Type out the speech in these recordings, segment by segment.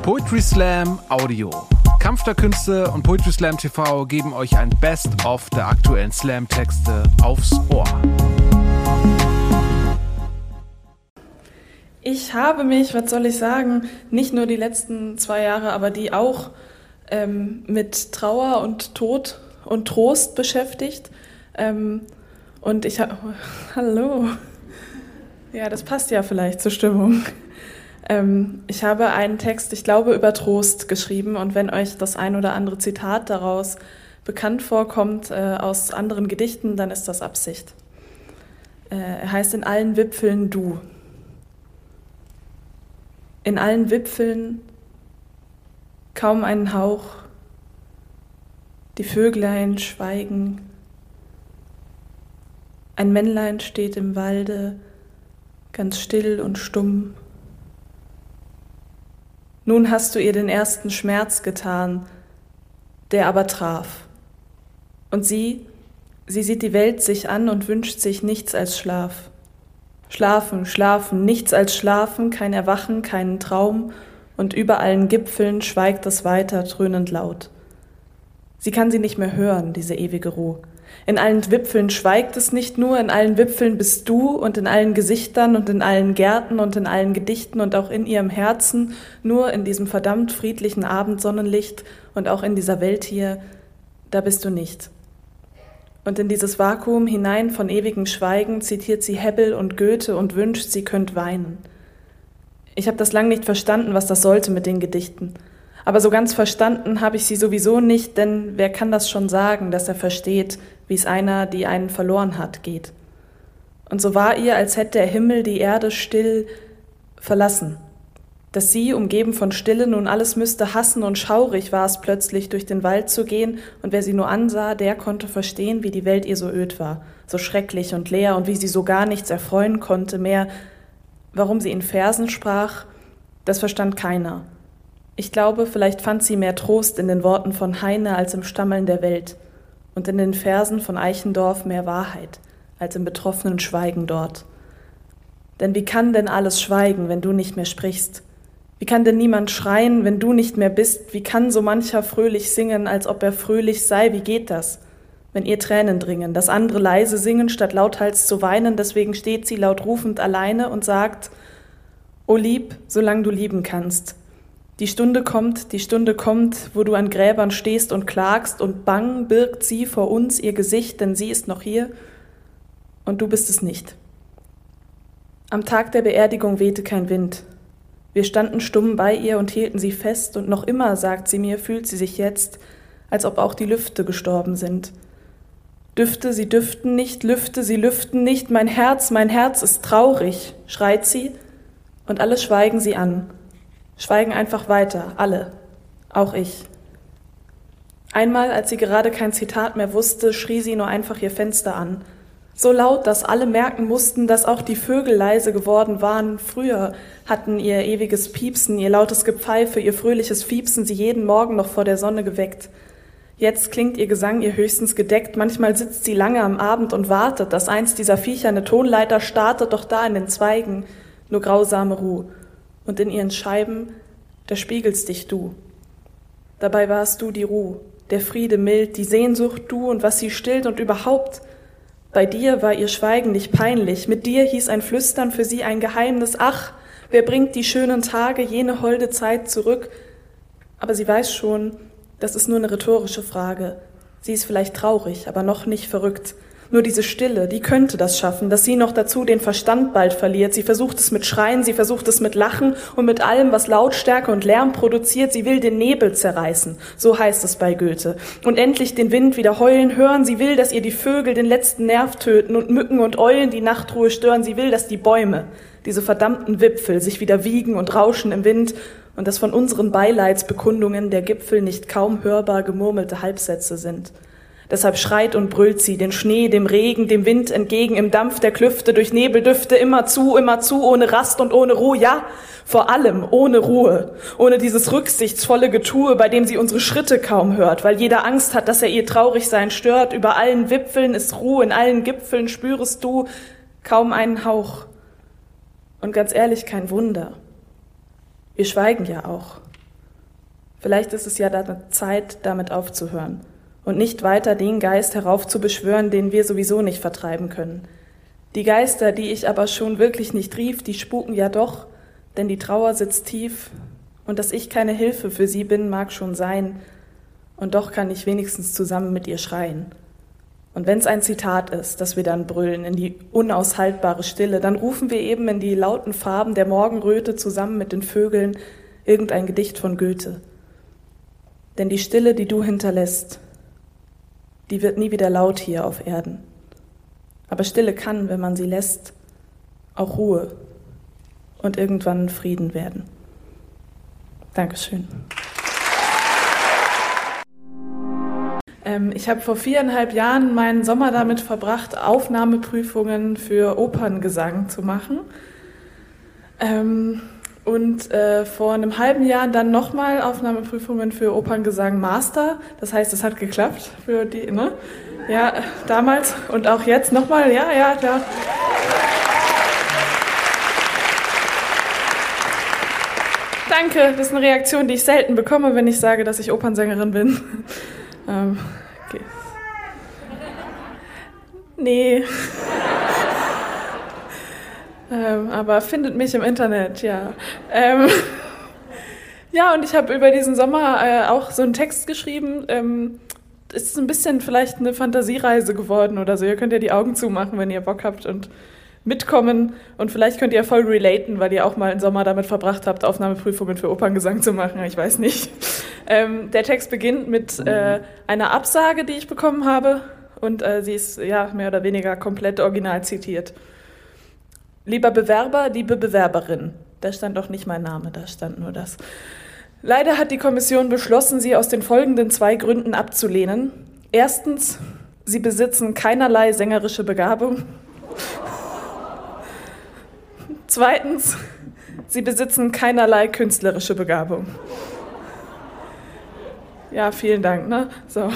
Poetry Slam Audio. Kampf der Künste und Poetry Slam TV geben euch ein Best-of der aktuellen Slam-Texte aufs Ohr. Ich habe mich, was soll ich sagen, nicht nur die letzten 2 Jahre, aber die auch mit Trauer und Tod und Trost beschäftigt. Und ich habe... Hallo. Ja, das passt ja vielleicht zur Stimmung. Ich habe einen Text, ich glaube, über Trost geschrieben. Und wenn euch das ein oder andere Zitat daraus bekannt vorkommt aus anderen Gedichten, dann ist das Absicht. Er heißt in allen Wipfeln du. In allen Wipfeln kaum einen Hauch, die Vöglein schweigen. Ein Männlein steht im Walde, ganz still und stumm. Nun hast du ihr den ersten Schmerz getan, der aber traf. Und sie sieht die Welt sich an und wünscht sich nichts als Schlaf. Schlafen, schlafen, nichts als schlafen, kein Erwachen, keinen Traum, und über allen Gipfeln schweigt es weiter, dröhnend laut. Sie kann sie nicht mehr hören, diese ewige Ruhe. In allen Wipfeln schweigt es nicht nur, in allen Wipfeln bist du und in allen Gesichtern und in allen Gärten und in allen Gedichten und auch in ihrem Herzen, nur in diesem verdammt friedlichen Abendsonnenlicht und auch in dieser Welt hier, da bist du nicht. Und in dieses Vakuum hinein von ewigem Schweigen zitiert sie Hebbel und Goethe und wünscht, sie könnt weinen. Ich habe das lang nicht verstanden, was das sollte mit den Gedichten. Aber so ganz verstanden habe ich sie sowieso nicht, denn wer kann das schon sagen, dass er versteht, wie es einer, die einen verloren hat, geht. Und so war ihr, als hätte der Himmel die Erde still verlassen. Dass sie, umgeben von Stille, nun alles müsste hassen, und schaurig war es plötzlich, durch den Wald zu gehen, und wer sie nur ansah, der konnte verstehen, wie die Welt ihr so öd war, so schrecklich und leer, und wie sie so gar nichts erfreuen konnte mehr. Warum sie in Versen sprach, das verstand keiner. Ich glaube, vielleicht fand sie mehr Trost in den Worten von Heine als im Stammeln der Welt und in den Versen von Eichendorff mehr Wahrheit als im betroffenen Schweigen dort. Denn wie kann denn alles schweigen, wenn du nicht mehr sprichst? Wie kann denn niemand schreien, wenn du nicht mehr bist? Wie kann so mancher fröhlich singen, als ob er fröhlich sei? Wie geht das, wenn ihr Tränen dringen, dass andere leise singen, statt lauthals zu weinen? Deswegen steht sie laut rufend alleine und sagt: O lieb, solang du lieben kannst. Die Stunde kommt, wo du an Gräbern stehst und klagst, und bang birgt sie vor uns ihr Gesicht, denn sie ist noch hier und du bist es nicht. Am Tag der Beerdigung wehte kein Wind. Wir standen stumm bei ihr und hielten sie fest, und noch immer, sagt sie mir, fühlt sie sich jetzt, als ob auch die Lüfte gestorben sind. Düfte, sie düften nicht, Lüfte, sie lüften nicht, mein Herz ist traurig, schreit sie, und alle schweigen sie an. Schweigen einfach weiter, alle, auch ich. Einmal, als sie gerade kein Zitat mehr wusste, schrie sie nur einfach ihr Fenster an. So laut, dass alle merken mussten, dass auch die Vögel leise geworden waren. Früher hatten ihr ewiges Piepsen, ihr lautes Gepfeife, ihr fröhliches Fiepsen sie jeden Morgen noch vor der Sonne geweckt. Jetzt klingt ihr Gesang ihr höchstens gedeckt, manchmal sitzt sie lange am Abend und wartet, dass eins dieser Viecher eine Tonleiter startet, doch da in den Zweigen nur grausame Ruhe. Und in ihren Scheiben, da spiegelst dich du. Dabei warst du die Ruhe, der Friede mild, die Sehnsucht du und was sie stillt und überhaupt. Bei dir war ihr Schweigen nicht peinlich, mit dir hieß ein Flüstern für sie ein Geheimnis. Ach, wer bringt die schönen Tage, jene holde Zeit zurück? Aber sie weiß schon, das ist nur eine rhetorische Frage. Sie ist vielleicht traurig, aber noch nicht verrückt. Nur diese Stille, die könnte das schaffen, dass sie noch dazu den Verstand bald verliert. Sie versucht es mit Schreien, sie versucht es mit Lachen und mit allem, was Lautstärke und Lärm produziert. Sie will den Nebel zerreißen, so heißt es bei Goethe. Und endlich den Wind wieder heulen hören. Sie will, dass ihr die Vögel den letzten Nerv töten und Mücken und Eulen die Nachtruhe stören. Sie will, dass die Bäume, diese verdammten Wipfel, sich wieder wiegen und rauschen im Wind und dass von unseren Beileidsbekundungen der Gipfel nicht kaum hörbar gemurmelte Halbsätze sind. Deshalb schreit und brüllt sie den Schnee, dem Regen, dem Wind entgegen, im Dampf der Klüfte, durch Nebeldüfte, immer zu, ohne Rast und ohne Ruhe, ja, vor allem ohne Ruhe, ohne dieses rücksichtsvolle Getue, bei dem sie unsere Schritte kaum hört, weil jeder Angst hat, dass er ihr Traurigsein stört. Über allen Wipfeln ist Ruhe, in allen Gipfeln spürest du kaum einen Hauch. Und ganz ehrlich, kein Wunder. Wir schweigen ja auch. Vielleicht ist es ja Zeit, damit aufzuhören und nicht weiter den Geist heraufzubeschwören, den wir sowieso nicht vertreiben können. Die Geister, die ich aber schon wirklich nicht rief, die spuken ja doch, denn die Trauer sitzt tief und dass ich keine Hilfe für sie bin, mag schon sein, und doch kann ich wenigstens zusammen mit ihr schreien. Und wenn es ein Zitat ist, das wir dann brüllen in die unaushaltbare Stille, dann rufen wir eben in die lauten Farben der Morgenröte zusammen mit den Vögeln irgendein Gedicht von Goethe. Denn die Stille, die du hinterlässt, die wird nie wieder laut hier auf Erden. Aber Stille kann, wenn man sie lässt, auch Ruhe und irgendwann Frieden werden. Dankeschön. Ich habe vor 4,5 Jahren meinen Sommer damit verbracht, Aufnahmeprüfungen für Operngesang zu machen. Vor einem halben Jahr dann nochmal Aufnahmeprüfungen für Operngesang Master. Das heißt, es hat geklappt für die, ne? Ja, damals und auch jetzt nochmal, ja, klar. Danke, das ist eine Reaktion, die ich selten bekomme, wenn ich sage, dass ich Opernsängerin bin. Okay. Nee. Aber findet mich im Internet, ja. Ja, und ich habe über diesen Sommer auch so einen Text geschrieben. Es ist ein bisschen vielleicht eine Fantasiereise geworden oder so. Ihr könnt ja die Augen zumachen, wenn ihr Bock habt und mitkommen. Und vielleicht könnt ihr voll relaten, weil ihr auch mal einen Sommer damit verbracht habt, Aufnahmeprüfungen für Operngesang zu machen. Ich weiß nicht. Der Text beginnt mit einer Absage, die ich bekommen habe. Und sie ist ja mehr oder weniger komplett original zitiert. Lieber Bewerber, liebe Bewerberin. Da stand auch nicht mein Name, da stand nur das. Leider hat die Kommission beschlossen, Sie aus den folgenden 2 Gründen abzulehnen. Erstens, Sie besitzen keinerlei sängerische Begabung. Zweitens, Sie besitzen keinerlei künstlerische Begabung. Ja, vielen Dank, ne? So.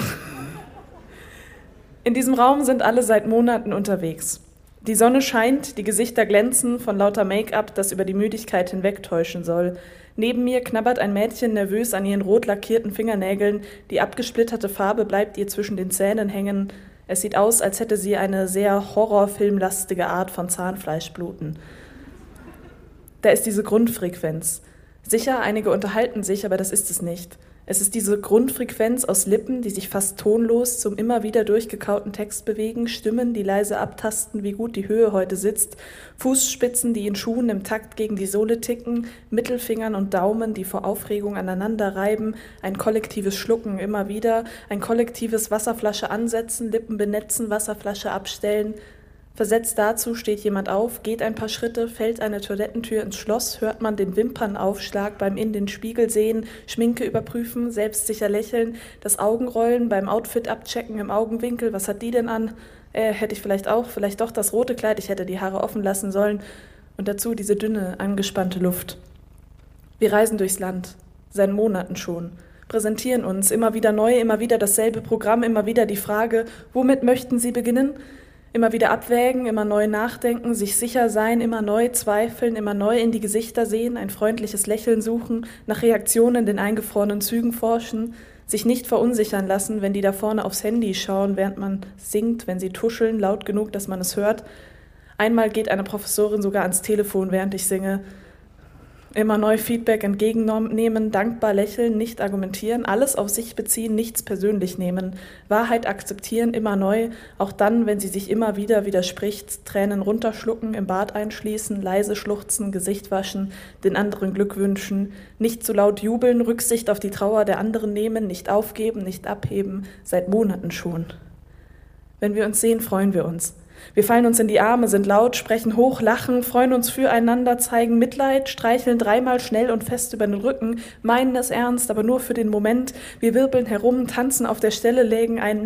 In diesem Raum sind alle seit Monaten unterwegs. Die Sonne scheint, die Gesichter glänzen von lauter Make-up, das über die Müdigkeit hinwegtäuschen soll. Neben mir knabbert ein Mädchen nervös an ihren rot lackierten Fingernägeln. Die abgesplitterte Farbe bleibt ihr zwischen den Zähnen hängen. Es sieht aus, als hätte sie eine sehr horrorfilmlastige Art von Zahnfleischbluten. Da ist diese Grundfrequenz. Sicher, einige unterhalten sich, aber das ist es nicht. Es ist diese Grundfrequenz aus Lippen, die sich fast tonlos zum immer wieder durchgekauten Text bewegen, Stimmen, die leise abtasten, wie gut die Höhe heute sitzt, Fußspitzen, die in Schuhen im Takt gegen die Sohle ticken, Mittelfingern und Daumen, die vor Aufregung aneinander reiben, ein kollektives Schlucken immer wieder, ein kollektives Wasserflasche ansetzen, Lippen benetzen, Wasserflasche abstellen. Versetzt dazu steht jemand auf, geht ein paar Schritte, fällt eine Toilettentür ins Schloss, hört man den Wimpernaufschlag beim in den Spiegel sehen, Schminke überprüfen, selbstsicher lächeln, das Augenrollen beim Outfit abchecken im Augenwinkel, was hat die denn an? Hätte ich vielleicht doch das rote Kleid, ich hätte die Haare offen lassen sollen. Und dazu diese dünne, angespannte Luft. Wir reisen durchs Land, seit Monaten schon, präsentieren uns immer wieder neu, immer wieder dasselbe Programm, immer wieder die Frage, womit möchten Sie beginnen? Immer wieder abwägen, immer neu nachdenken, sich sicher sein, immer neu zweifeln, immer neu in die Gesichter sehen, ein freundliches Lächeln suchen, nach Reaktionen in den eingefrorenen Zügen forschen, sich nicht verunsichern lassen, wenn die da vorne aufs Handy schauen, während man singt, wenn sie tuscheln, laut genug, dass man es hört. Einmal geht eine Professorin sogar ans Telefon, während ich singe. Immer neu Feedback entgegennehmen, dankbar lächeln, nicht argumentieren, alles auf sich beziehen, nichts persönlich nehmen, Wahrheit akzeptieren, immer neu, auch dann, wenn sie sich immer wieder widerspricht, Tränen runterschlucken, im Bad einschließen, leise schluchzen, Gesicht waschen, den anderen Glück wünschen, nicht zu laut jubeln, Rücksicht auf die Trauer der anderen nehmen, nicht aufgeben, nicht abheben, seit Monaten schon. Wenn wir uns sehen, freuen wir uns. Wir fallen uns in die Arme, sind laut, sprechen hoch, lachen, freuen uns füreinander, zeigen Mitleid, streicheln 3-mal schnell und fest über den Rücken, meinen es ernst, aber nur für den Moment. Wir wirbeln herum, tanzen auf der Stelle, legen ein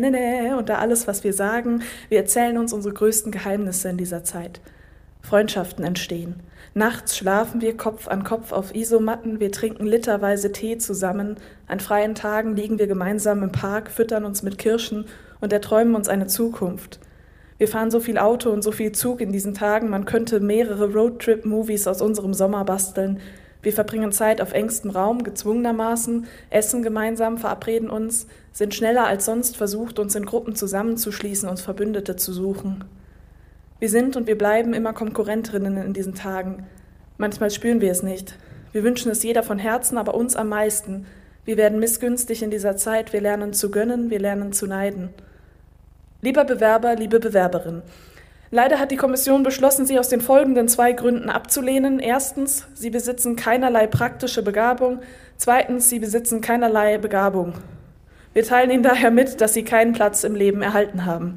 Nä unter alles, was wir sagen. Wir erzählen uns unsere größten Geheimnisse in dieser Zeit. Freundschaften entstehen. Nachts schlafen wir Kopf an Kopf auf Isomatten, wir trinken literweise Tee zusammen. An freien Tagen liegen wir gemeinsam im Park, füttern uns mit Kirschen und erträumen uns eine Zukunft. Wir fahren so viel Auto und so viel Zug in diesen Tagen, man könnte mehrere Roadtrip-Movies aus unserem Sommer basteln. Wir verbringen Zeit auf engstem Raum, gezwungenermaßen, essen gemeinsam, verabreden uns, sind schneller als sonst versucht, uns in Gruppen zusammenzuschließen, uns Verbündete zu suchen. Wir sind und wir bleiben immer Konkurrentinnen in diesen Tagen. Manchmal spüren wir es nicht. Wir wünschen es jeder von Herzen, aber uns am meisten. Wir werden missgünstig in dieser Zeit, wir lernen zu gönnen, wir lernen zu neiden. Lieber Bewerber, liebe Bewerberin, leider hat die Kommission beschlossen, Sie aus den folgenden 2 Gründen abzulehnen. Erstens, Sie besitzen keinerlei praktische Begabung. Zweitens, Sie besitzen keinerlei Begabung. Wir teilen Ihnen daher mit, dass Sie keinen Platz im Leben erhalten haben.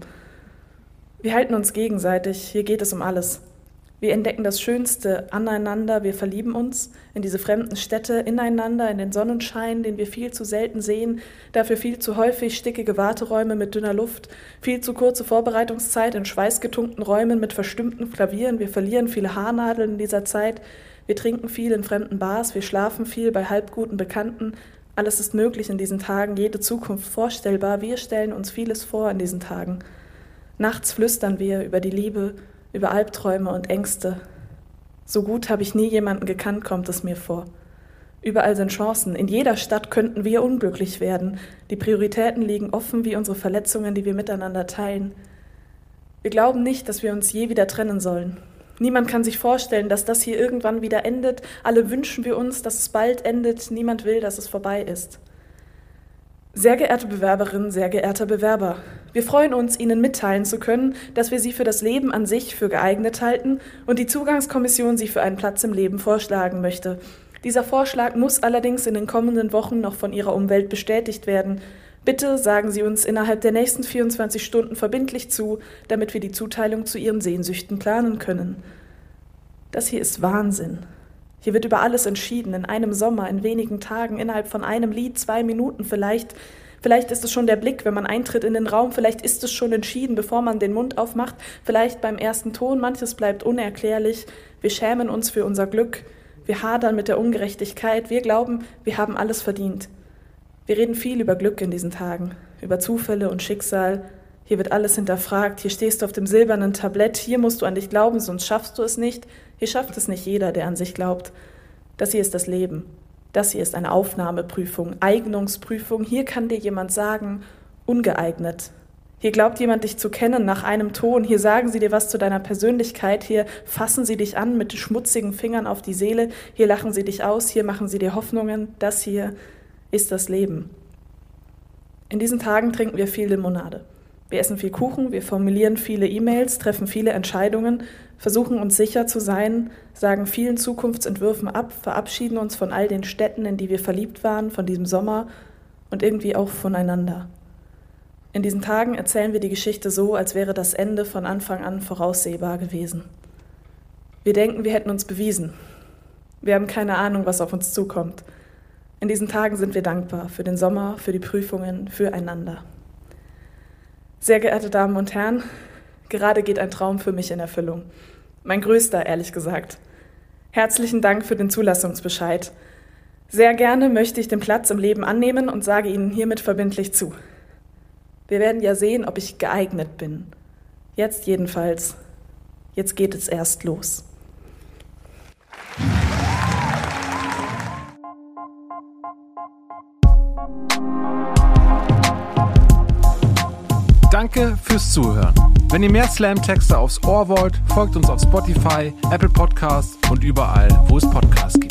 Wir halten uns gegenseitig, hier geht es um alles. Wir entdecken das Schönste aneinander, wir verlieben uns in diese fremden Städte, ineinander, in den Sonnenschein, den wir viel zu selten sehen, dafür viel zu häufig stickige Warteräume mit dünner Luft, viel zu kurze Vorbereitungszeit in schweißgetunkten Räumen mit verstimmten Klavieren, wir verlieren viele Haarnadeln in dieser Zeit, wir trinken viel in fremden Bars, wir schlafen viel bei halbguten Bekannten, alles ist möglich in diesen Tagen, jede Zukunft vorstellbar, wir stellen uns vieles vor in diesen Tagen. Nachts flüstern wir über die Liebe, über Albträume und Ängste. So gut habe ich nie jemanden gekannt, kommt es mir vor. Überall sind Chancen. In jeder Stadt könnten wir unglücklich werden. Die Prioritäten liegen offen wie unsere Verletzungen, die wir miteinander teilen. Wir glauben nicht, dass wir uns je wieder trennen sollen. Niemand kann sich vorstellen, dass das hier irgendwann wieder endet. Alle wünschen wir uns, dass es bald endet. Niemand will, dass es vorbei ist. Sehr geehrte Bewerberin, sehr geehrter Bewerber, wir freuen uns, Ihnen mitteilen zu können, dass wir Sie für das Leben an sich für geeignet halten und die Zugangskommission Sie für einen Platz im Leben vorschlagen möchte. Dieser Vorschlag muss allerdings in den kommenden Wochen noch von Ihrer Umwelt bestätigt werden. Bitte sagen Sie uns innerhalb der nächsten 24 Stunden verbindlich zu, damit wir die Zuteilung zu Ihren Sehnsüchten planen können. Das hier ist Wahnsinn. Hier wird über alles entschieden, in einem Sommer, in wenigen Tagen, innerhalb von einem Lied, 2 Minuten vielleicht. Vielleicht ist es schon der Blick, wenn man eintritt in den Raum, vielleicht ist es schon entschieden, bevor man den Mund aufmacht, vielleicht beim ersten Ton, manches bleibt unerklärlich. Wir schämen uns für unser Glück, wir hadern mit der Ungerechtigkeit, wir glauben, wir haben alles verdient. Wir reden viel über Glück in diesen Tagen, über Zufälle und Schicksal. Hier wird alles hinterfragt, hier stehst du auf dem silbernen Tablett, hier musst du an dich glauben, sonst schaffst du es nicht. Hier schafft es nicht jeder, der an sich glaubt. Das hier ist das Leben. Das hier ist eine Aufnahmeprüfung, Eignungsprüfung. Hier kann dir jemand sagen, ungeeignet. Hier glaubt jemand, dich zu kennen nach einem Ton. Hier sagen sie dir was zu deiner Persönlichkeit. Hier fassen sie dich an mit schmutzigen Fingern auf die Seele. Hier lachen sie dich aus. Hier machen sie dir Hoffnungen. Das hier ist das Leben. In diesen Tagen trinken wir viel Limonade. Wir essen viel Kuchen, wir formulieren viele E-Mails, treffen viele Entscheidungen, versuchen uns sicher zu sein, sagen vielen Zukunftsentwürfen ab, verabschieden uns von all den Städten, in die wir verliebt waren, von diesem Sommer und irgendwie auch voneinander. In diesen Tagen erzählen wir die Geschichte so, als wäre das Ende von Anfang an voraussehbar gewesen. Wir denken, wir hätten uns bewiesen. Wir haben keine Ahnung, was auf uns zukommt. In diesen Tagen sind wir dankbar für den Sommer, für die Prüfungen, füreinander. Sehr geehrte Damen und Herren, gerade geht ein Traum für mich in Erfüllung. Mein größter, ehrlich gesagt. Herzlichen Dank für den Zulassungsbescheid. Sehr gerne möchte ich den Platz im Leben annehmen und sage Ihnen hiermit verbindlich zu. Wir werden ja sehen, ob ich geeignet bin. Jetzt jedenfalls. Jetzt geht es erst los. Danke fürs Zuhören. Wenn ihr mehr Slam-Texte aufs Ohr wollt, folgt uns auf Spotify, Apple Podcasts und überall, wo es Podcasts gibt.